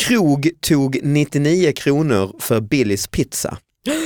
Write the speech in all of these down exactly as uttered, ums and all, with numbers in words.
Krog tog nittionio kronor för Billys pizza.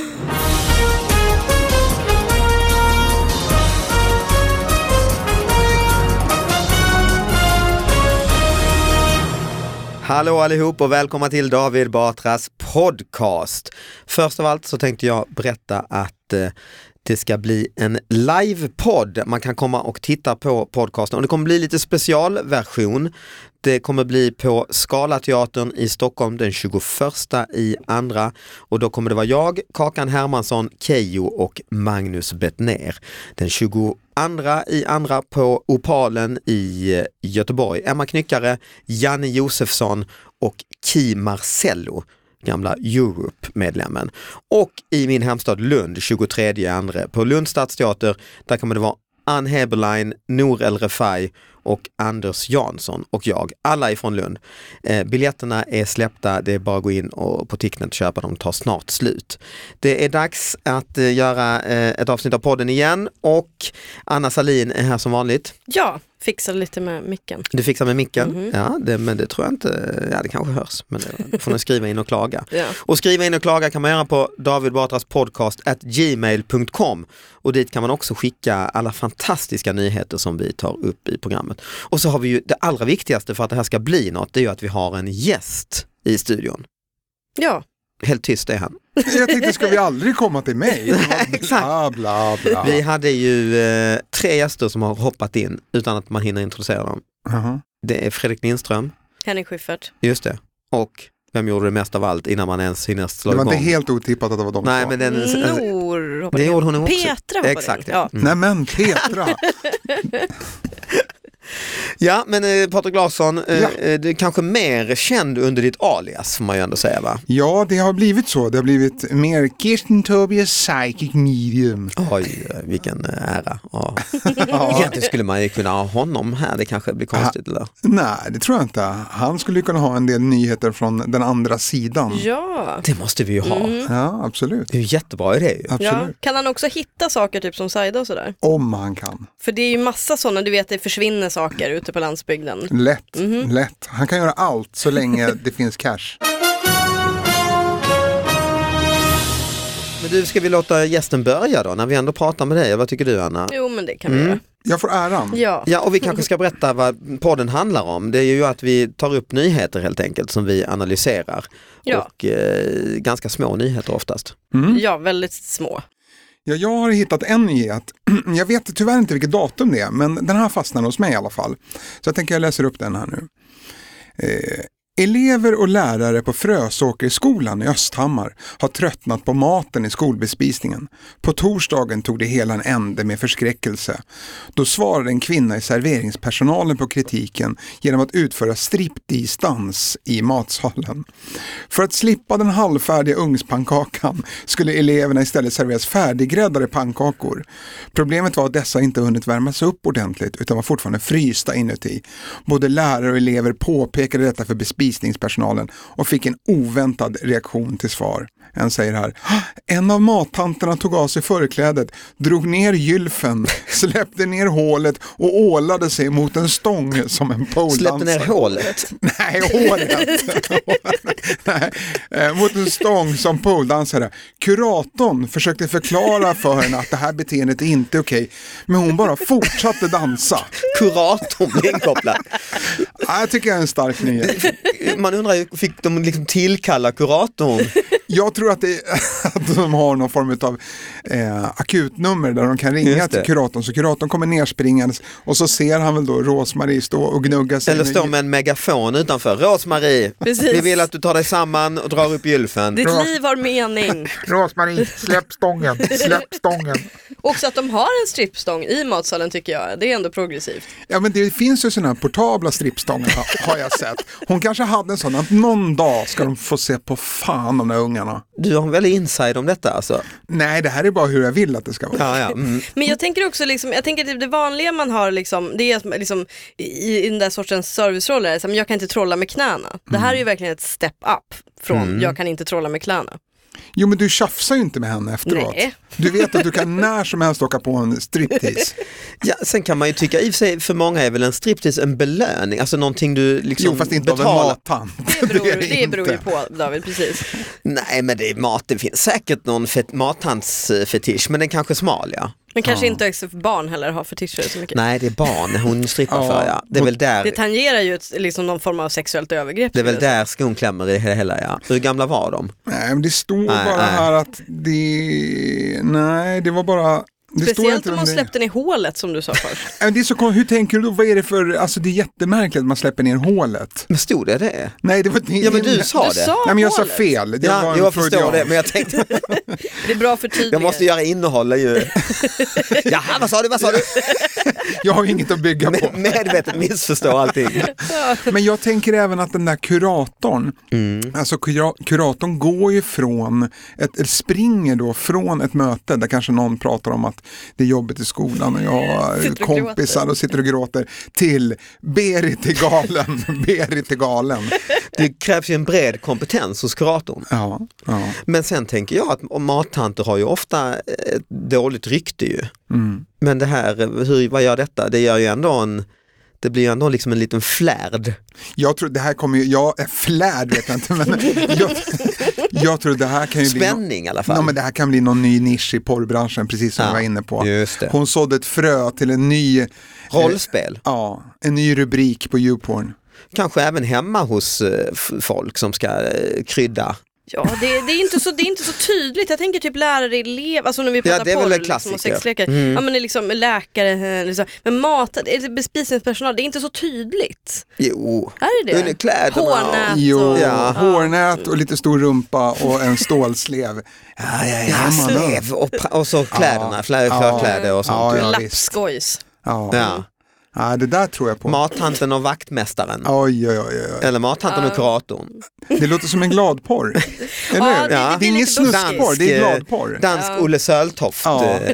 Hallå allihop och välkomna till David Batras podcast. Först av allt så tänkte jag berätta att eh, det ska bli en livepodd. Man kan komma och titta på podcasten och det kommer bli lite specialversion. Det kommer bli på Scalateatern i Stockholm den tjugoförsta i andra och då kommer det vara jag, Kakan Hermansson, Keyyo och Magnus Bettner. Den tjugoandra i andra på Opalen i Göteborg. Emma Knyckare, Janne Josefsson och Ki Marcello, gamla Europe-medlemmen. Och i min hemstad Lund, tjugotredje i andra på Lunds stadsteater, där kommer det vara Ann Heberlein, Nour El Refai och Anders Jansson och jag, alla ifrån Lund. Eh, biljetterna är släppta, det är bara att gå in och på Ticknet och köpa dem, tar snart slut. Det är dags att eh, göra eh, ett avsnitt av podden igen och Anna Salin är här som vanligt. Ja, fixar lite med micken. Du fixar med micken? Mm-hmm. Ja, det, men det tror jag inte, ja det kanske hörs, men det får ni skriva in och klaga. Ja. Och skriva in och klaga kan man göra på David Batras podcast at gmail punkt com och dit kan man också skicka alla fantastiska nyheter som vi tar upp i programmet. Och så har vi ju det allra viktigaste för att det här ska bli något, det är ju att vi har en gäst i studion. Ja. Helt tyst är han. Jag tänkte, ska vi aldrig komma till mig? Exakt. Bla, bla, bla. Vi hade ju eh, tre gäster som har hoppat in utan att man hinner introducera dem. Uh-huh. Det är Fredrik Lindström. Henning Schyffert. Just det. Och vem gjorde det mest av allt innan man ens hinner slå Det var igång? inte helt otippat att det var de Nej, som men den, Nor hoppade det in. gjorde hon också. Petra hoppade Exakt, in. ja. Ja. Nej men Petra. Ja, men eh, Patrik Larsson, eh, Ja. eh, du är kanske mer känd under ditt alias, får man ju ändå säga, va? Ja, det har blivit så. Det har blivit mer Kirsten Tobias Psychic Medium. Oj, vilken eh, ära. Ja. Ja. Egentligen skulle man ju kunna ha honom här, det kanske blir konstigt, eller? Nej, det tror jag inte. Han skulle kunna ha en del nyheter från den andra sidan. Ja. Det måste vi ju ha. Mm. Ja, absolut. Det är ju jättebra idé ju. Ja. Absolut. Kan han också hitta saker typ som Saida och sådär? Om han kan. För det är ju massa sådana, du vet, det försvinner saker ute på landsbygden. Lätt, Mhm. lätt. Han kan göra allt så länge det finns cash. Men du, ska vi låta gästen börja då, när vi ändå pratar med dig? Vad tycker du, Anna? Jo, men det kan vi Mm. göra. Jag får äran. Ja. Ja, och vi kanske ska berätta vad podden handlar om. Det är ju att vi tar upp nyheter helt enkelt som vi analyserar. Ja. Och eh, ganska små nyheter oftast. Mm. Ja, väldigt små. Ja, jag har hittat en nyhet. Jag vet tyvärr inte vilket datum det är, men den här fastnar hos mig i alla fall. Så jag tänker jag läser upp den här nu. Eh, elever och lärare på Frösåkerskolan i Östhammar har tröttnat på maten i skolbespisningen. På torsdagen tog det hela en ände med förskräckelse. Då svarade en kvinna i serveringspersonalen på kritiken genom att utföra striptease-dans i matsalen. För att slippa den halvfärdiga ugnspannkakan skulle eleverna istället serveras färdiggräddade pannkakor. Problemet var att dessa inte hunnit värmas upp ordentligt utan var fortfarande frysta inuti. Både lärare och elever påpekade detta för bespisningspersonalen och fick en oväntad reaktion till svar. En säger här: en av mattanterna tog av sig förklädet, drog ner gylfen, släppte ner hålet och ålade sig mot en stång som en poledansare. Släppte ner hålet. Nej, hålet. Nej, eh, mot en stång som poledansare. Kuratorn försökte förklara för henne att det här beteendet är inte okej, men hon bara fortsatte dansa. Kuratorn blir inkopplad. Ja, jag tycker det är en stark nyhet. Man undrar ju, fick de liksom tillkalla kuratorn? Jag tror att, det, att de har någon form av eh, akutnummer där de kan ringa till kuratorn. Så kuratorn kommer nerspringandes och så ser han väl då Rosmarie stå och gnugga sig. Eller stå med en megafon utanför. Rosmarie, Precis. vi vill att du tar dig samman och drar upp gylfen. Ditt liv har mening. Rosmarie, släpp stången, släpp stången. Också att de har en strippstång i matsalen tycker jag. Det är ändå progressivt. Ja, men det finns ju sådana här portabla strippstångar har jag sett. Hon kanske hade en sån att någon dag ska de få se på fan de där ungarna. Du har en väldigt inside om detta alltså. Nej, det här är bara hur jag vill att det ska vara. Ja, ja. Mm. Men jag tänker också liksom, jag tänker att det vanliga man har liksom, det är liksom i, i den där sortens serviceroller, liksom, jag kan inte trolla med knäna. Det här är ju verkligen ett step up från Mm. jag kan inte trolla med knäna. Jo, men du tjafsar ju inte med henne efteråt. Nej. Du vet att du kan när som helst åka på en striptease. Ja, sen kan man ju tycka, i och för sig för många är väl en striptease en belöning, alltså någonting du liksom Jo, fast inte betalar. av en mattant. Det beror, Det är det det beror ju inte. på, David, precis. Nej, men det är mat, det finns säkert någon fet, mathandsfetisch, men den kanske är smal, ja. Men kanske Ja. inte också för barn heller har fetischer så mycket. Nej, det är barn hon strippar Ja. för, ja. Det är väl där, Det tangerar ju ett, liksom någon form av sexuellt övergrepp. det är väl skulle jag säga. där skon klämmer i det hela, ja. Hur gamla var de? Nej, men det står Nej, bara nej. här att det... Nej, det var bara... Det står Speciellt inte om man det. släppte ner hålet som du sa först. Men det är så kon- Hur tänker du då? Vad är det för... Alltså det är jättemärkligt att man släpper ner hålet. Men stod det det? Nej, det var... Ja, men du sa Du det. sa Nej, men jag sa hålet. fel. Det var Ja, en jag förstår freudian. det, men jag tänkte, Det är bra för tydligare. jag måste göra innehåll ju. Jaha, vad sa du, vad sa du? Jag har inget att bygga på. Med, medvetet missförstå allting. Men jag tänker även att den där kuratorn, Mm. alltså kura- kuratorn går ju från, ett, eller springer då från ett möte där kanske någon pratar om att det är jobbigt i skolan och jag har Sitter och kompisar gråter. och sitter och gråter, till Berit är galen, Berit är galen. Det krävs ju en bred kompetens hos kuratorn. Ja, ja. Men sen tänker jag att och mattanter har ju ofta ett dåligt rykte ju. Mm. Men det här, hur, vad gör detta? Det gör ju ändå en, det blir ju ändå liksom en liten flärd. Jag tror det här kommer ju, jag är flärd vet jag inte, men jag, jag tror det här kan ju bli Spänning i alla fall. no, men det här kan bli någon ny nisch i porrbranschen, precis som Ja, jag var inne på. just det. Hon sådde ett frö till en ny Rollspel. Ja, en ny rubrik på YouPorn. Kanske även hemma hos eh, f- folk som ska eh, krydda. Ja, det, det, är inte så, det är inte så tydligt. Jag tänker typ lärare, elev, alltså när vi pratar det är väl porr en liksom, klassiker. och sexlekar. Mm. Ja, men det är liksom läkare, liksom. Men mat, bespisningspersonal, det är inte så tydligt. Jo, Är det det? under kläderna. Hårnät Jo, och... Ja. hårnät och lite stor rumpa och en stålslev. Ja, ja, Ja, man, då. slev och, pra- och så kläderna, Ja. flä- förkläde och sånt. Ja, Ja, ja. Lappskojs. Ja. Ja. Ja, det där tror jag på. Mattanten och vaktmästaren. Oj, oj, oj, oj. Eller mattanten och kuratorn. Det låter som en gladporr. Eller Ja, hur? det- Ja. Det är ingen lite buskis. snuskporr, det är eh, gladporr. Dansk Olle Söltoft. Ja. eh.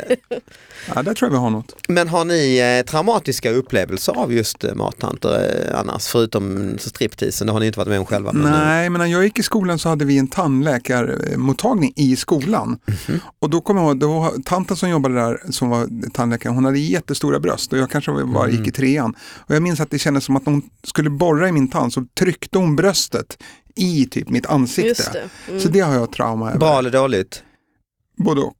Ja, där tror jag vi har något. Men har ni eh, traumatiska upplevelser av just eh, mattanter eh, annars? Förutom stripteasen, det har ni inte varit med om själva. Men, eh, Nej, men när jag gick i skolan så hade vi en tandläkarmottagning i skolan. Mhm. Och då kommer jag ihåg, det var tanten som jobbade där som var tandläkare, hon hade jättestora bröst och jag kanske bara Mm. gick i trean. Och jag minns att det kändes som att när hon skulle borra i min tand så tryckte hon bröstet i typ mitt ansikte. Just det. Mm. Så det har jag trauma över. Bra eller dåligt? Både och.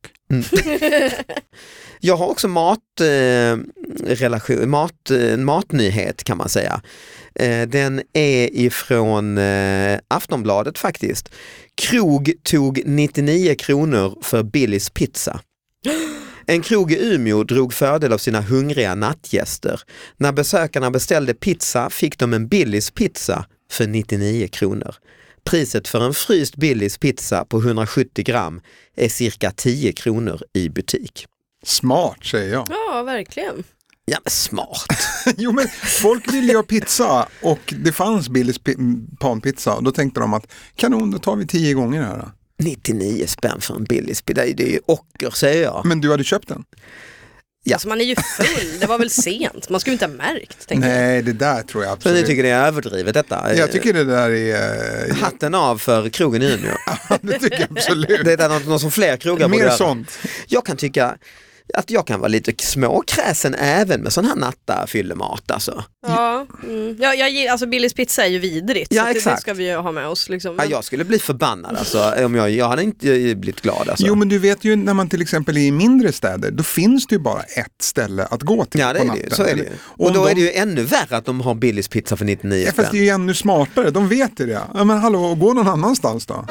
Jag har också mat, eh, relation, mat, eh, matnyhet kan man säga. Eh, den är ifrån eh, Aftonbladet faktiskt. Krog tog nittionio kronor för Billys pizza. En krog i Umeå drog fördel av sina hungriga nattgäster. När besökarna beställde pizza fick de en Billys pizza för nittionio kronor. Priset för en fryst Billys pizza på hundrasjuttio gram är cirka tio kronor i butik. Smart säger jag. Ja, verkligen. Ja, men smart. Jo, men folk ville ju ha pizza och det fanns Billys pi- panpizza och då tänkte de att kanon, då tar vi tio gånger det här. Då. nittionio spänn för en Billys pizza, det är ju ocker säger jag. Men du hade köpt den? Ja. Alltså man är ju full, det var väl sent. Man skulle inte ha märkt, tänker jag. Nej, det där tror jag Så absolut. ni tycker det är överdrivet detta? Jag tycker det där är... eh, Hatten av för krogen i Umeå. det tycker jag absolut. Det är något, något som fler krogar borde Mer göra. sånt. Jag kan tycka att jag kan vara lite småkräsen även med sån här natta fyllemat alltså. Ja, mm. ja jag, ger- alltså Billys pizza är ju vidrigt. Ja, så det, det exakt. ska vi ju ha med oss. Liksom. Ja, jag skulle bli förbannad alltså, om jag, jag hade inte blivit glad alltså. Jo, men du vet ju när man till exempel är i mindre städer, då finns det ju bara ett ställe att gå till Ja, det på är det natten. ju. Så är det ju. Och Om då de- är det ju ännu värre att de har Billys pizza för nittionio Ja, fast det är spänn. ju ännu smartare, de vet ju det. Ja, men hallå, gå någon annanstans då.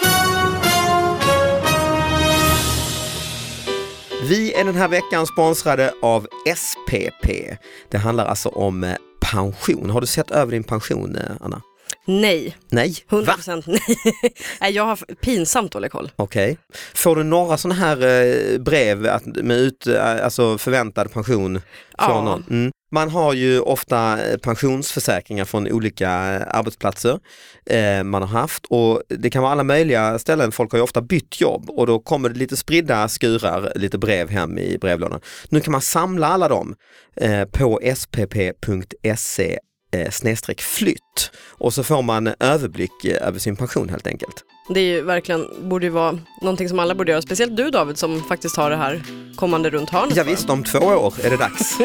Vi är den här veckan sponsrade av S P P. Det handlar alltså om eh, pension. Har du sett över din pension, eh, Anna? Nej, Nej. hundra Va? procent nej. Nej, jag har pinsamt dålig koll. Okej. Får du några sådana här eh, brev att, med ut, eh, alltså förväntad pension från Ja. någon? Mm. Man har ju ofta eh, pensionsförsäkringar från olika eh, arbetsplatser eh, man har haft och det kan vara alla möjliga ställen. Folk har ju ofta bytt jobb och då kommer det lite spridda skurar, lite brev hem i brevlådan. Nu kan man samla alla dem eh, på spp punkt se eh, snedstreck flytt. Och så får man överblick eh, över sin pension helt enkelt. Det är ju verkligen, borde ju vara någonting som alla borde göra. Speciellt du David som faktiskt har det här kommande runt hörnet. Ja visst, om två år är det dags.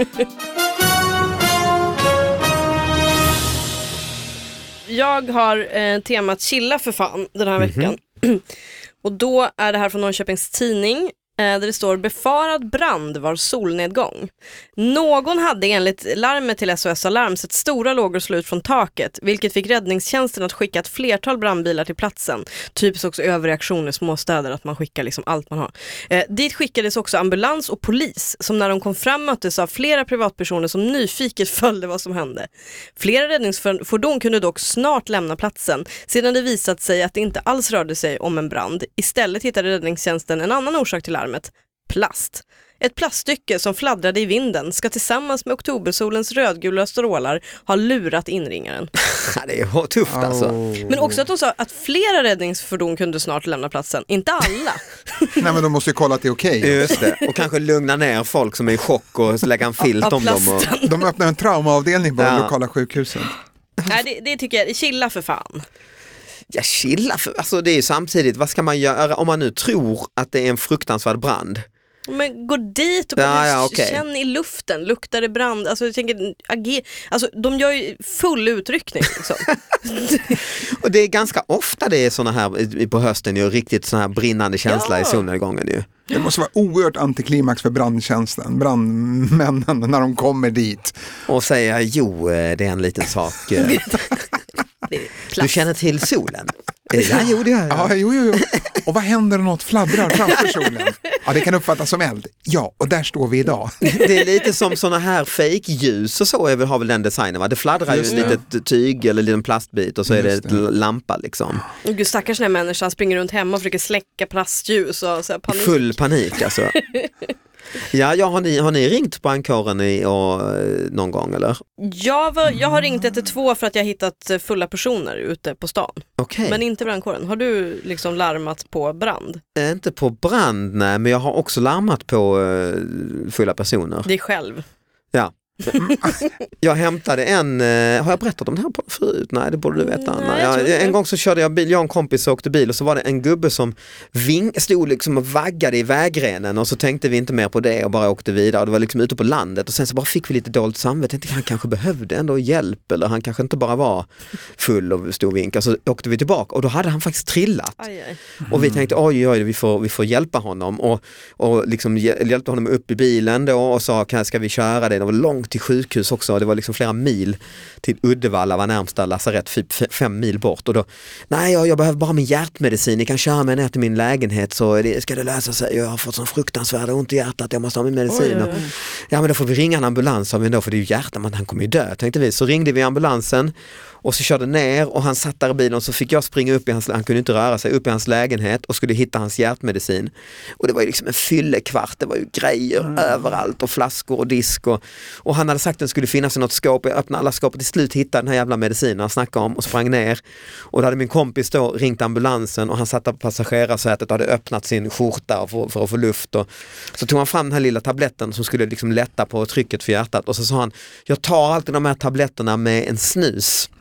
Jag har eh, temat chilla för fan den här veckan. Mm-hmm. Och då är det här från Norrköpings Tidning. Där det står befarad brand var solnedgång. Någon hade enligt larmet till S O S Alarm sett stora lågor slå ut från taket, vilket fick räddningstjänsten att skicka ett flertal brandbilar till platsen. Typiskt också överreaktion i småstäder att man skickar liksom allt man har. Eh, dit skickades också ambulans och polis som när de kom fram möttes av flera privatpersoner som nyfiket följde vad som hände. Flera räddningsfordon kunde dock snart lämna platsen sedan det visat sig att det inte alls rörde sig om en brand. Istället hittade räddningstjänsten en annan orsak till larmet. Plast. Ett plaststycke som fladdrade i vinden ska tillsammans med oktobersolens rödgula strålar ha lurat inringaren. Det är tufft alltså. Oh. Men också att de sa att flera räddningsfordon kunde snart lämna platsen. Inte alla. Nej, men de måste ju kolla att det är okej. Okay. Just det. Och kanske lugna ner folk som är i chock och lägga en filt om dem. Och... De öppnar en traumaavdelning på ja. de lokala sjukhusen. Nej, det, det tycker jag. Chilla för fan. Ja, chilla för, alltså det är ju samtidigt, vad ska man göra om man nu tror att det är en fruktansvärd brand? Men gå dit och ja, ja, okay. känn i luften, luktar det brand? Alltså jag tänker, ager, alltså de gör ju full utryckning liksom. Och det är ganska ofta det är såna här på hösten ju riktigt såna här brinnande känsla ja. i solnedgången ju. Det måste vara oerhört antiklimax för brandtjänsten, brandmännen när de kommer dit. Och säga, jo det är en liten sak. Du känner till solen? Ja, jo, det gör jag. Ja, jo, jo, jo. Och vad händer när något fladdrar framför solen? Ja, det kan uppfattas som eld. Ja, och där står vi idag. Det är lite som såna här fake-ljus och så är väl, har väl den designen, va? Det fladdrar ju ett litet tyg eller en liten plastbit och så är det ett lampa liksom. Gud, stackars den här människan springer runt hemma och försöker släcka plastljus och så här panik. Full panik alltså. Ja, ja, har, ni, har ni ringt brandkåren i, och, någon gång eller? Jag, var, jag har ringt ett ett två för att jag hittat fulla personer ute på stan. Okay. Men inte brandkåren. Har du liksom larmat på brand? Äh, inte på brand, nej, men jag har också larmat på uh, fulla personer. Dig själv? Ja. Jag hämtade en, uh, har jag berättat om det här förut? Nej, det borde du veta. Nej, jag, en gång så körde jag bil, jag och en kompis åkte bil och så var det en gubbe som ving, stod liksom och vaggade i vägrenen och så tänkte vi inte mer på det och bara åkte vidare och det var liksom ute på landet och sen så bara fick vi lite dåligt samvete. Jag tänkte, han kanske behövde ändå hjälp eller han kanske inte bara var full och stod och vinkade. Så åkte vi tillbaka och då hade han faktiskt trillat. Aj, aj. Mm. Och vi tänkte, oj oj, vi får, vi får hjälpa honom och, och liksom hjälpte honom upp i bilen då och sa, ska vi köra det? Det var långt till sjukhus också. Det var liksom flera mil till Uddevalla, var närmsta lasarett, typ fem mil bort. Och då, nej jag, jag behöver bara min hjärtmedicin. Ni kan köra mig ner till min lägenhet så det, ska det lösa sig. Jag har fått sån fruktansvärd ont i hjärtat. Jag måste ha min medicin. Oj, oj, oj. Och, ja men då får vi ringa en ambulans av då, för det är ju hjärtat, men han kommer ju dö, tänkte vi. Så ringde vi ambulansen och så körde ner och han satt där i bilen och så fick jag springa upp i hans, han kunde inte röra sig, upp i hans lägenhet och skulle hitta hans hjärtmedicin. Och det var ju liksom en fyllekvart, det var ju grejer mm. överallt och flaskor och disk och, och han hade sagt att det skulle finnas i något skåp. Jag öppnade alla skåp och till slut hittade den här jävla medicinen han snackade om och sprang ner. Och då hade min kompis då ringt ambulansen och han satt på passagerarsätet och hade öppnat sin skjorta för, för att få luft. Och så tog han fram den här lilla tabletten som skulle liksom lätta på trycket för hjärtat och så sa han, jag tar alltid de här tabletterna med en snus.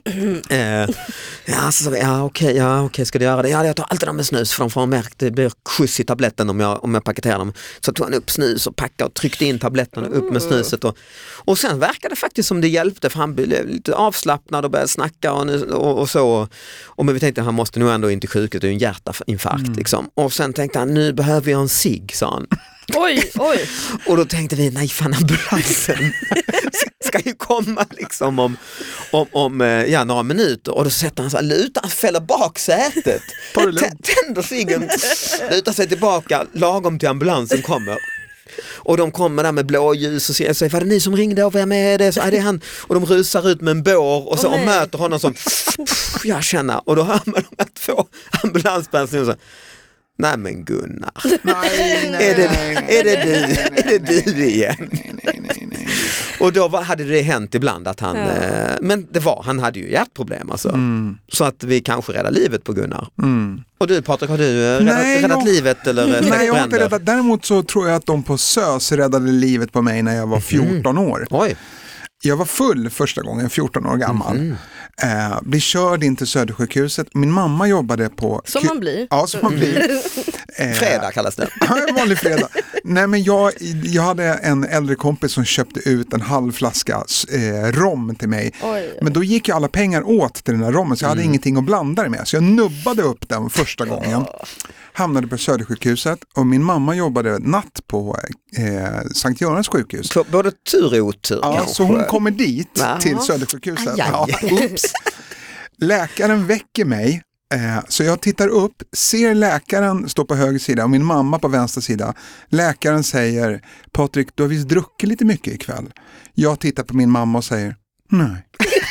eh, ja, så, ja okej, ja, okej, ska du göra det? Ja, jag tar alltid dem med snus för de får märkt det blir skjuts i tabletten om jag, om jag paketerar dem. Så tog han upp snus och packade och tryckte in tabletterna upp med snuset och, och sen verkade det faktiskt som det hjälpte för han blev lite avslappnad och började snacka och, och, och så och men vi tänkte att han måste nog ändå inte sjukhus, det är en hjärtinfarkt mm. liksom. Och sen tänkte han, nu behöver jag en cigg, sa han. Oj, oj. Och då tänkte vi, nej fan, ambulansen ska ju komma liksom om, om, om ja, några minuter. Och då sätter han så här, lutar, han fäller bak sätet. Tänder ciggen, lutar sig tillbaka, lagom till ambulansen kommer. Och de kommer där med blåljus och säger, var det ni som ringde och vem är det? Så är det han. Och de rusar ut med en bår och, så, oh, och möter honom som jag känner. Och då hör man de här två ambulanspersoner så. Nej men Gunnar, nej, nej, är, det, nej, är det du, nej, är det du igen? Nej, nej, nej, nej. Och då var, hade det hänt ibland att han, ja. eh, men det var, han hade ju hjärtproblem alltså. Mm. Så att vi kanske räddar livet på Gunnar. Mm. Och du Patrik, har du eh, räddat, nej, räddat jag, livet eller släckt nej, jag har inte bränder? räddat. Däremot så tror jag att de på S Ö S räddade livet på mig när jag var fjorton mm. år. Oj. jag var full första gången, fjorton år gammal. Mm. Eh, blev körd in till Södersjukhuset. Min mamma jobbade på... Som man blir. Ja, som man blir. Eh, Fredag kallas det. Ja, en vanlig fredag. Nej, men jag, jag hade en äldre kompis som köpte ut en halv flaska eh, rom till mig. Oj. Men då gick ju alla pengar åt till den här rommen, så jag hade Mm. ingenting att blanda det med. Så jag nubbade upp den första gången. Hamnade på Södersjukhuset och min mamma jobbade natt på eh, Sankt Görans sjukhus. För både tur och otur Ja, kanske. så hon kommer dit Va? till Södersjukhuset. Aj, aj. Ja, oops. Läkaren väcker mig, eh, så jag tittar upp, ser läkaren stå på höger sida och min mamma på vänster sida. Läkaren säger, Patrik, du har visst druckit lite mycket ikväll. Jag tittar på min mamma och säger, nej.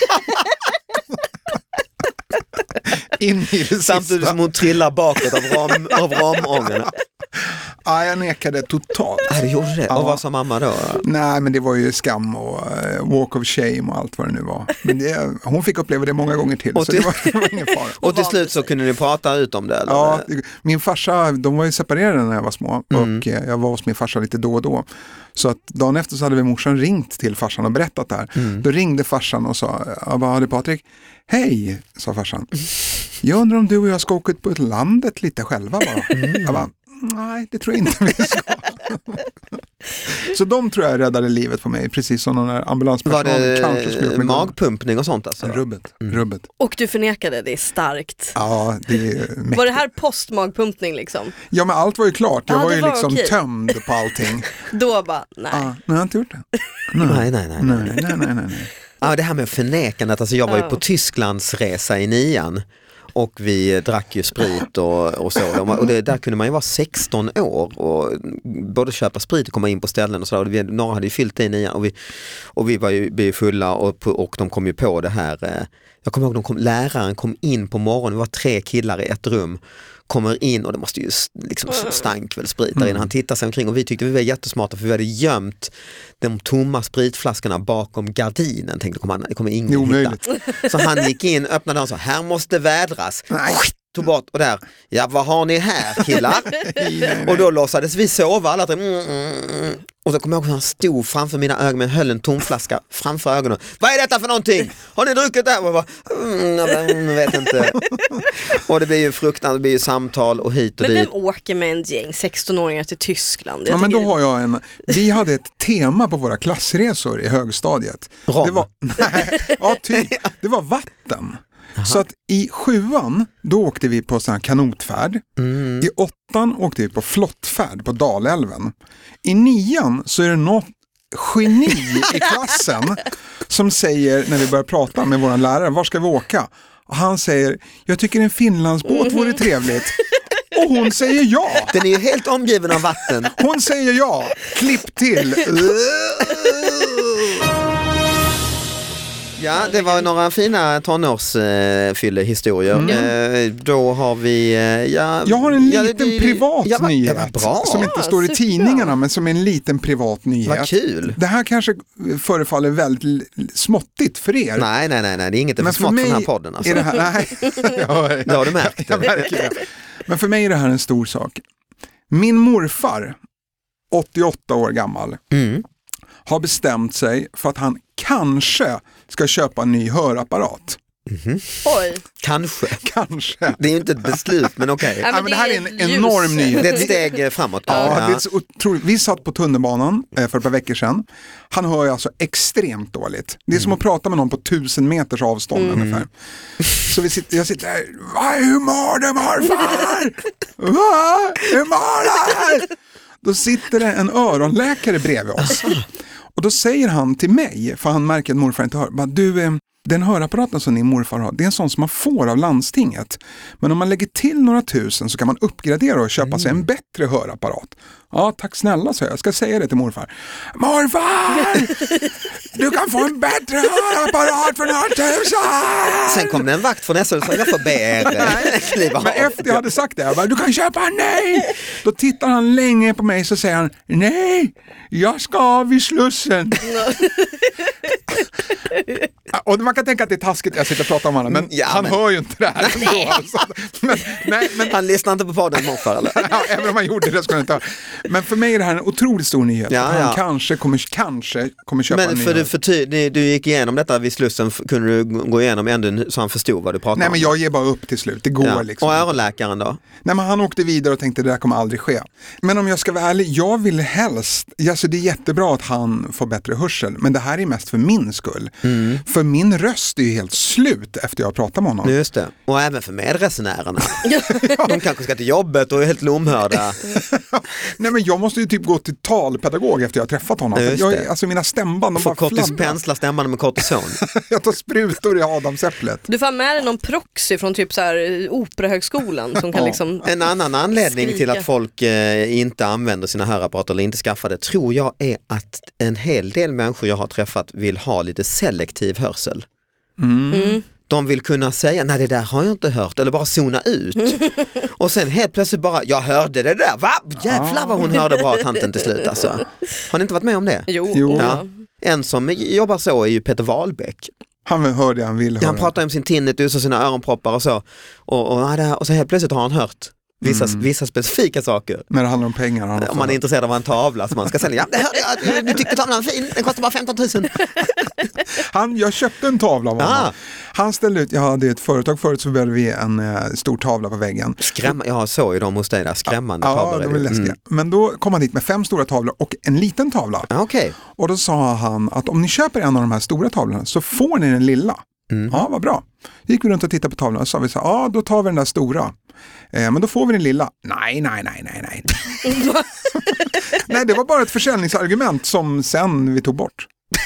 In i det Samtidigt sista. som hon trillar bakåt av, ram, av ramången. Ja, jag nekade totalt. Ja, det gjorde det. Ja. Och vad sa mamma då? Nej, men det var ju skam och uh, walk of shame och allt vad det nu var. Men det, hon fick uppleva det många gånger till, Och så till- det var, det var ingen fara. Och till slut så kunde ni prata ut om det? Eller? Ja, min farsa, de var ju separerade när jag var små Mm. och eh, jag var hos min farsa lite då och då. Så att dagen efter så hade vi morsan ringt till farsan och berättat det här. Mm. Då ringde farsan och sa, jag bara, hade Patrik, hej, sa farsan. Jag undrar om du och jag ska åka ut på landet lite själva bara. Mm. Jag bara, nej, det tror jag inte vi ska. Så de tror jag räddade livet på mig, precis som den här Var ambulanspersonalen kanske skulle det upp med magpumpning och sånt alltså? rubbet, Mm. rubbet. Och du förnekade, det är starkt. Ja, det är mäktigt. Var det här postmagpumpning liksom? Ja, men allt var ju klart. Jag Ja, var det ju var liksom okej. tömd på allting. Då bara, nej. Ja, nej, jag har inte gjort det. Nej, nej, nej. nej. Nej, nej, nej, nej, nej. Ja, det här med förnekandet, alltså jag var ju Ja. på Tysklandsresa i nian och vi drack ju sprit och, och så. Och det, där kunde man ju vara sexton år och både köpa sprit och komma in på ställen och så. Och vi, några hade ju fyllt det i nian och vi, och vi var ju vi fulla och, och de kom ju på det här. eh, Jag kommer ihåg de kom, läraren kom in på morgonen, vi var tre killar i ett rum. Kommer in och det måste ju liksom stank väl sprit där inne. Han tittar sig omkring och vi tyckte vi var jättesmarta för vi hade gömt de tomma spritflaskorna bakom gardinen. Tänkte kommer, han, kommer ingen Det är hitta. omöjligt. Så han gick in, öppnade och sa, här måste vädras. Nej. Tog bort och där, ja vad har ni här killar? Nej, nej, nej. Och då låtsades vi sova alla tre. Mm, mm, mm. Och så kom jag ihåg att han stod framför mina ögon men höll en tomflaska framför ögonen. Vad är detta för någonting? Har ni druckit det här? Och jag bara, mm, jag vet inte. Och det blir ju fruktansvärt, det blir ju samtal och hit och Men dit. vem åker med en gäng sexton-åringar till Tyskland? Jag Ja, men då tycker- har jag en, vi hade ett tema på våra klassresor i högstadiet. Rom. Det var, nej, ja, typ, det var vatten. Så att i sjuan, då åkte vi på sån här kanotfärd. Mm. I åttan åkte vi på flottfärd på Dalälven. I nian så är det något geni i klassen som säger, när vi börjar prata med våran lärare, var ska vi åka? Och han säger, jag tycker en Finlandsbåt vore trevligt. Och hon säger ja. Den är ju helt omgiven av vatten. Hon säger ja. Klipp till. Ja, det var några fina tonårsfyllehistorier. Eh, då har vi... Eh, ja, Jag har en ja, liten det- privat ja, vad- nyhet ja, vad bra. som inte Ja, står i superbra. tidningarna, men som är en liten privat nyhet. Vad kul. Det här kanske förefaller väldigt l- småttigt för er. Nej, nej, nej, nej, det är inget för Men för smått för mig den här podden. Alltså. är det här, nej, ja, Det har du märkt. jag märker det. Men för mig är det här en stor sak. Min morfar, åttioåtta år gammal, Mm. har bestämt sig för att han kanske ska köpa en ny hörapparat. Oj. Kanske. Kanske. Det är ju inte ett beslut, men okej. Ja, Ja, men det här är en enorm ljus. nyhet. Det är ett steg eh, framåt. Ja, Ja. det är så otroligt. Vi satt på tunnelbanan eh, för ett par veckor sedan. Han hör ju alltså extremt dåligt. Det är som att prata med någon på tusen meters avstånd ungefär. Så vi sitter, jag sitter där, Va, hur mår du morfar? Va, hur mår du? Då sitter det en öronläkare bredvid oss. Och då säger han till mig, för han märker att morfar inte hör, bara, du, eh, den hörapparaten som din morfar har, det är en sån som man får av landstinget. Men om man lägger till några tusen så kan man uppgradera och köpa sig en bättre hörapparat. Ja, tack snälla, så jag. Jag ska säga det till morfar. Morfar! Du kan få en bättre hörapparat för några tusen! Sen kom det en vakt från S L och sa jag får be er eh, kliva av. Men efter jag hade sagt det, jag bara, du kan köpa en nej! Då tittar han länge på mig så säger han, nej, jag ska vid Slussen. Och man kan tänka att det är taskigt, jag sitter och pratar om honom, men Ja, han men- hör ju inte det här. Ändå, alltså. men, nej, men, Han lyssnar inte på podden morfar eller? ja, även om han gjorde det skulle han inte höra. Men för mig är det här en otroligt stor nyhet. Ja, att han ja. kanske kommer, kanske kommer köpa Men en för ny. du, för ty, du, du gick igenom detta vid Slussen, f- kunde du gå igenom ändå så han förstod vad du pratade Nej, om? men jag ger bara upp till slut, det går Ja. liksom. Och öronläkaren då? Nej, men han åkte vidare och tänkte det där kommer aldrig ske. Men om jag ska vara ärlig, jag vill helst, alltså det är jättebra att han får bättre hörsel, men det här är mest för min skull. Mm. För min röst är ju helt slut efter jag har pratat med honom. Just det. Och även för medresenärerna. De kanske ska till jobbet och är helt lomhörda. Nej, men jag måste ju typ gå till talpedagog efter jag har träffat honom. Just Jag, det. alltså mina stämband, de Får bara kortis, fladdrar. pensla stämbanden med kortison. Jag tar sprutor i adamsäpplet. Du får med dig någon proxy från typ så här Operahögskolan som kan Ja. liksom... En annan anledning till Skrika. att folk eh, inte använder sina hörapparater eller inte skaffar det tror jag är att en hel del människor jag har träffat vill ha lite selektiv hörsel. Mm. De vill kunna säga, nej det där har jag inte hört, eller bara zona ut. Och sen helt plötsligt bara, jag hörde det där, va? Jävlar vad hon hörde bra tanten till slut alltså. Har ni inte varit med om det? Jo, Jo. ja. En som jobbar så är ju Peter Wahlbeck. Han hör det han vill höra. Han pratar om sin tinnitus och sina öronproppar och så. Och, och, och så helt plötsligt har han hört vissa, Mm. vissa specifika saker. När det handlar om pengar. Han Om man är intresserad av en tavla som man ska sälja. Ja, det hörde jag, du tyckte tavlan var fin, den kostar bara femton tusen. han, jag köpte en tavla av honom. Ah. Han ställde ut, jag hade ett företag förut så behövde vi en eh, stor tavla på väggen. Skrämma, jag såg ju dem hos dig där, skrämmande Ja, tavlor. de är ju. läskiga. Mm. Men då kom han dit med fem stora tavlor och en liten tavla. Ja, okej. Och då sa han att om ni köper en av de här stora tavlorna så får ni den lilla. Mm. Ja, vad bra. Gick vi runt och tittade på tavlan och sa vi så här, ja då tar vi den där stora. Eh, men då får vi den lilla. Nej, nej, nej, nej, nej. Nej, det var bara ett försäljningsargument som sen vi tog bort.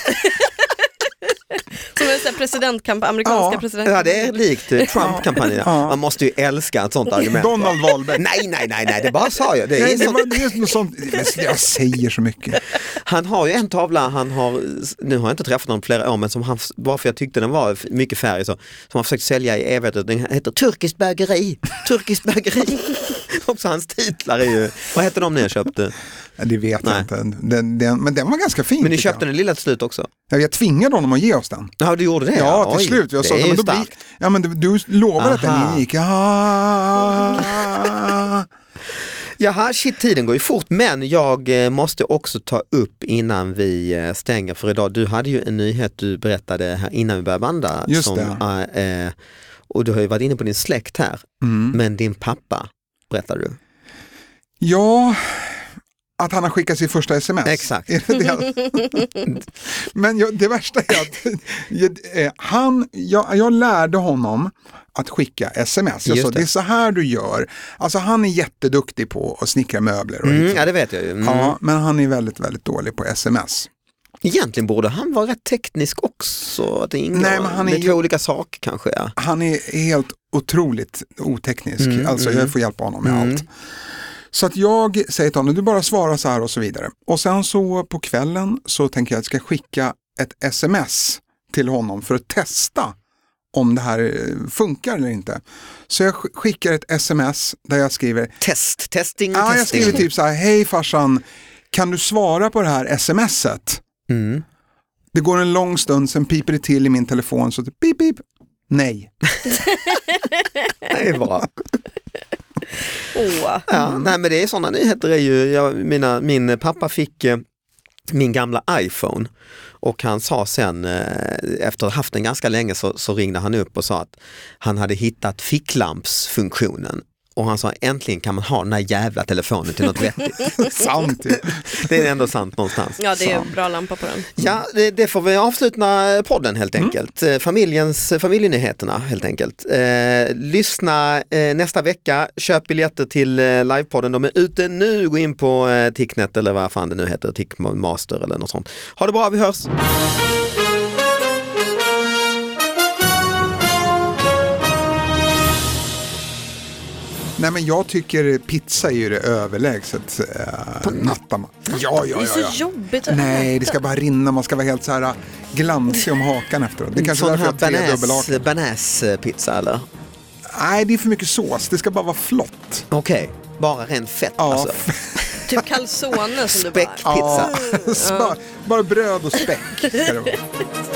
Som en sån här presidentkamp, amerikanska Ja. presidentkampanj. Ja, det är likt eh, Trump-kampanjen. Ja. Man måste ju älska ett sånt argument. Donald Wahlberg. Nej, nej, nej, nej, det bara sa jag. Det är Nej, det, sånt. var, det är något sånt, jag säger så mycket. Han har ju en tavla, han har, nu har jag inte träffat honom på flera år, men som han, bara för jag tyckte den var mycket färg så, som han försökt sälja i evigheter, den heter Turkiskt bögeri, Turkiskt bögeri. Också hans titlar är ju, vad heter de ni köpte? Ja, det vet Nej. jag inte. Den, den, men den var ganska fin. Men ni tycker köpte jag. den lilla till slut också? Ja, jag tvingade honom att ge oss den. Ja, du gjorde det? Ja, till Oj, slut. Jag det sa, är men ju då blir, starkt. ja, men du, du lovade att Aha. den gick. Ja. Jaha, shit, tiden går ju fort, men jag eh, måste också ta upp innan vi eh, stänger för idag. Du hade ju en nyhet du berättade här innan vi började banda. Just som, det. eh, eh, och du har ju varit inne på din släkt här, Mm. men din pappa berättade du. Ja, att han har skickat sitt första sms. Exakt. Är det det? Men jag, det värsta är att jag, eh, han, jag, jag lärde honom att skicka sms. Jag Just sa, det. det är så här du gör. Alltså han är jätteduktig på att snickra möbler. Och Mm, liksom. ja, det vet jag ju. Mm. Ja, men han är väldigt, väldigt dålig på sms. Egentligen borde han vara rätt teknisk också. Att det ingår Nej, men han är det är ju- två olika saker kanske. Ja. Han är helt otroligt oteknisk. Mm, alltså mm. jag får hjälpa honom med Mm. allt. Så att jag säger till honom, du bara svarar så här och så vidare. Och sen så på kvällen så tänker jag att jag ska skicka ett sms till honom för att testa om det här eh, funkar eller inte. Så jag sk- skickar ett sms där jag skriver, Test, testing, ja, jag testing. skriver typ så här, hej farsan, kan du svara på det här smset? Mm. Det går en lång stund, sen piper det till i min telefon, så pip, pip, nej. Det är bra. Åh. Ja, nej, men det är sådana nyheter är ju, jag, mina, min pappa fick eh, min gamla iPhone och han sa sen eh, efter att ha haft den ganska länge så, så ringde han upp och sa att han hade hittat ficklampsfunktionen och han sa äntligen kan man ha den här jävla telefonen till något vettigt. Sant ju. Det är ändå sant någonstans. Ja, det är Så. bra lampa på den. Ja, det, det får vi avsluta podden helt enkelt. Mm. Familjens, familjenyheterna helt enkelt. Eh, lyssna eh, nästa vecka, köp biljetter till eh, livepodden. De är ute nu, gå in på eh, Ticknet eller vad fan det nu heter, Tickmaster eller något sånt. Ha det bra, vi hörs! Nej, men jag tycker pizza är ju det överlägset eh, nattamat. Ja, ja, Det är ja, så ja. jobbigt att Nej, det ska bara rinna, man ska vara helt så här glansig om hakan efteråt. Det är kanske Sån därför här jag har tre dubbelhakan. banäs, banäspizza eller? Nej, det är för mycket sås, det ska bara vara flott. Okej, bara ren fett Ja, alltså. typ calzone som du bara... Späckpizza. Ja, bara, bara bröd och späck ska det vara.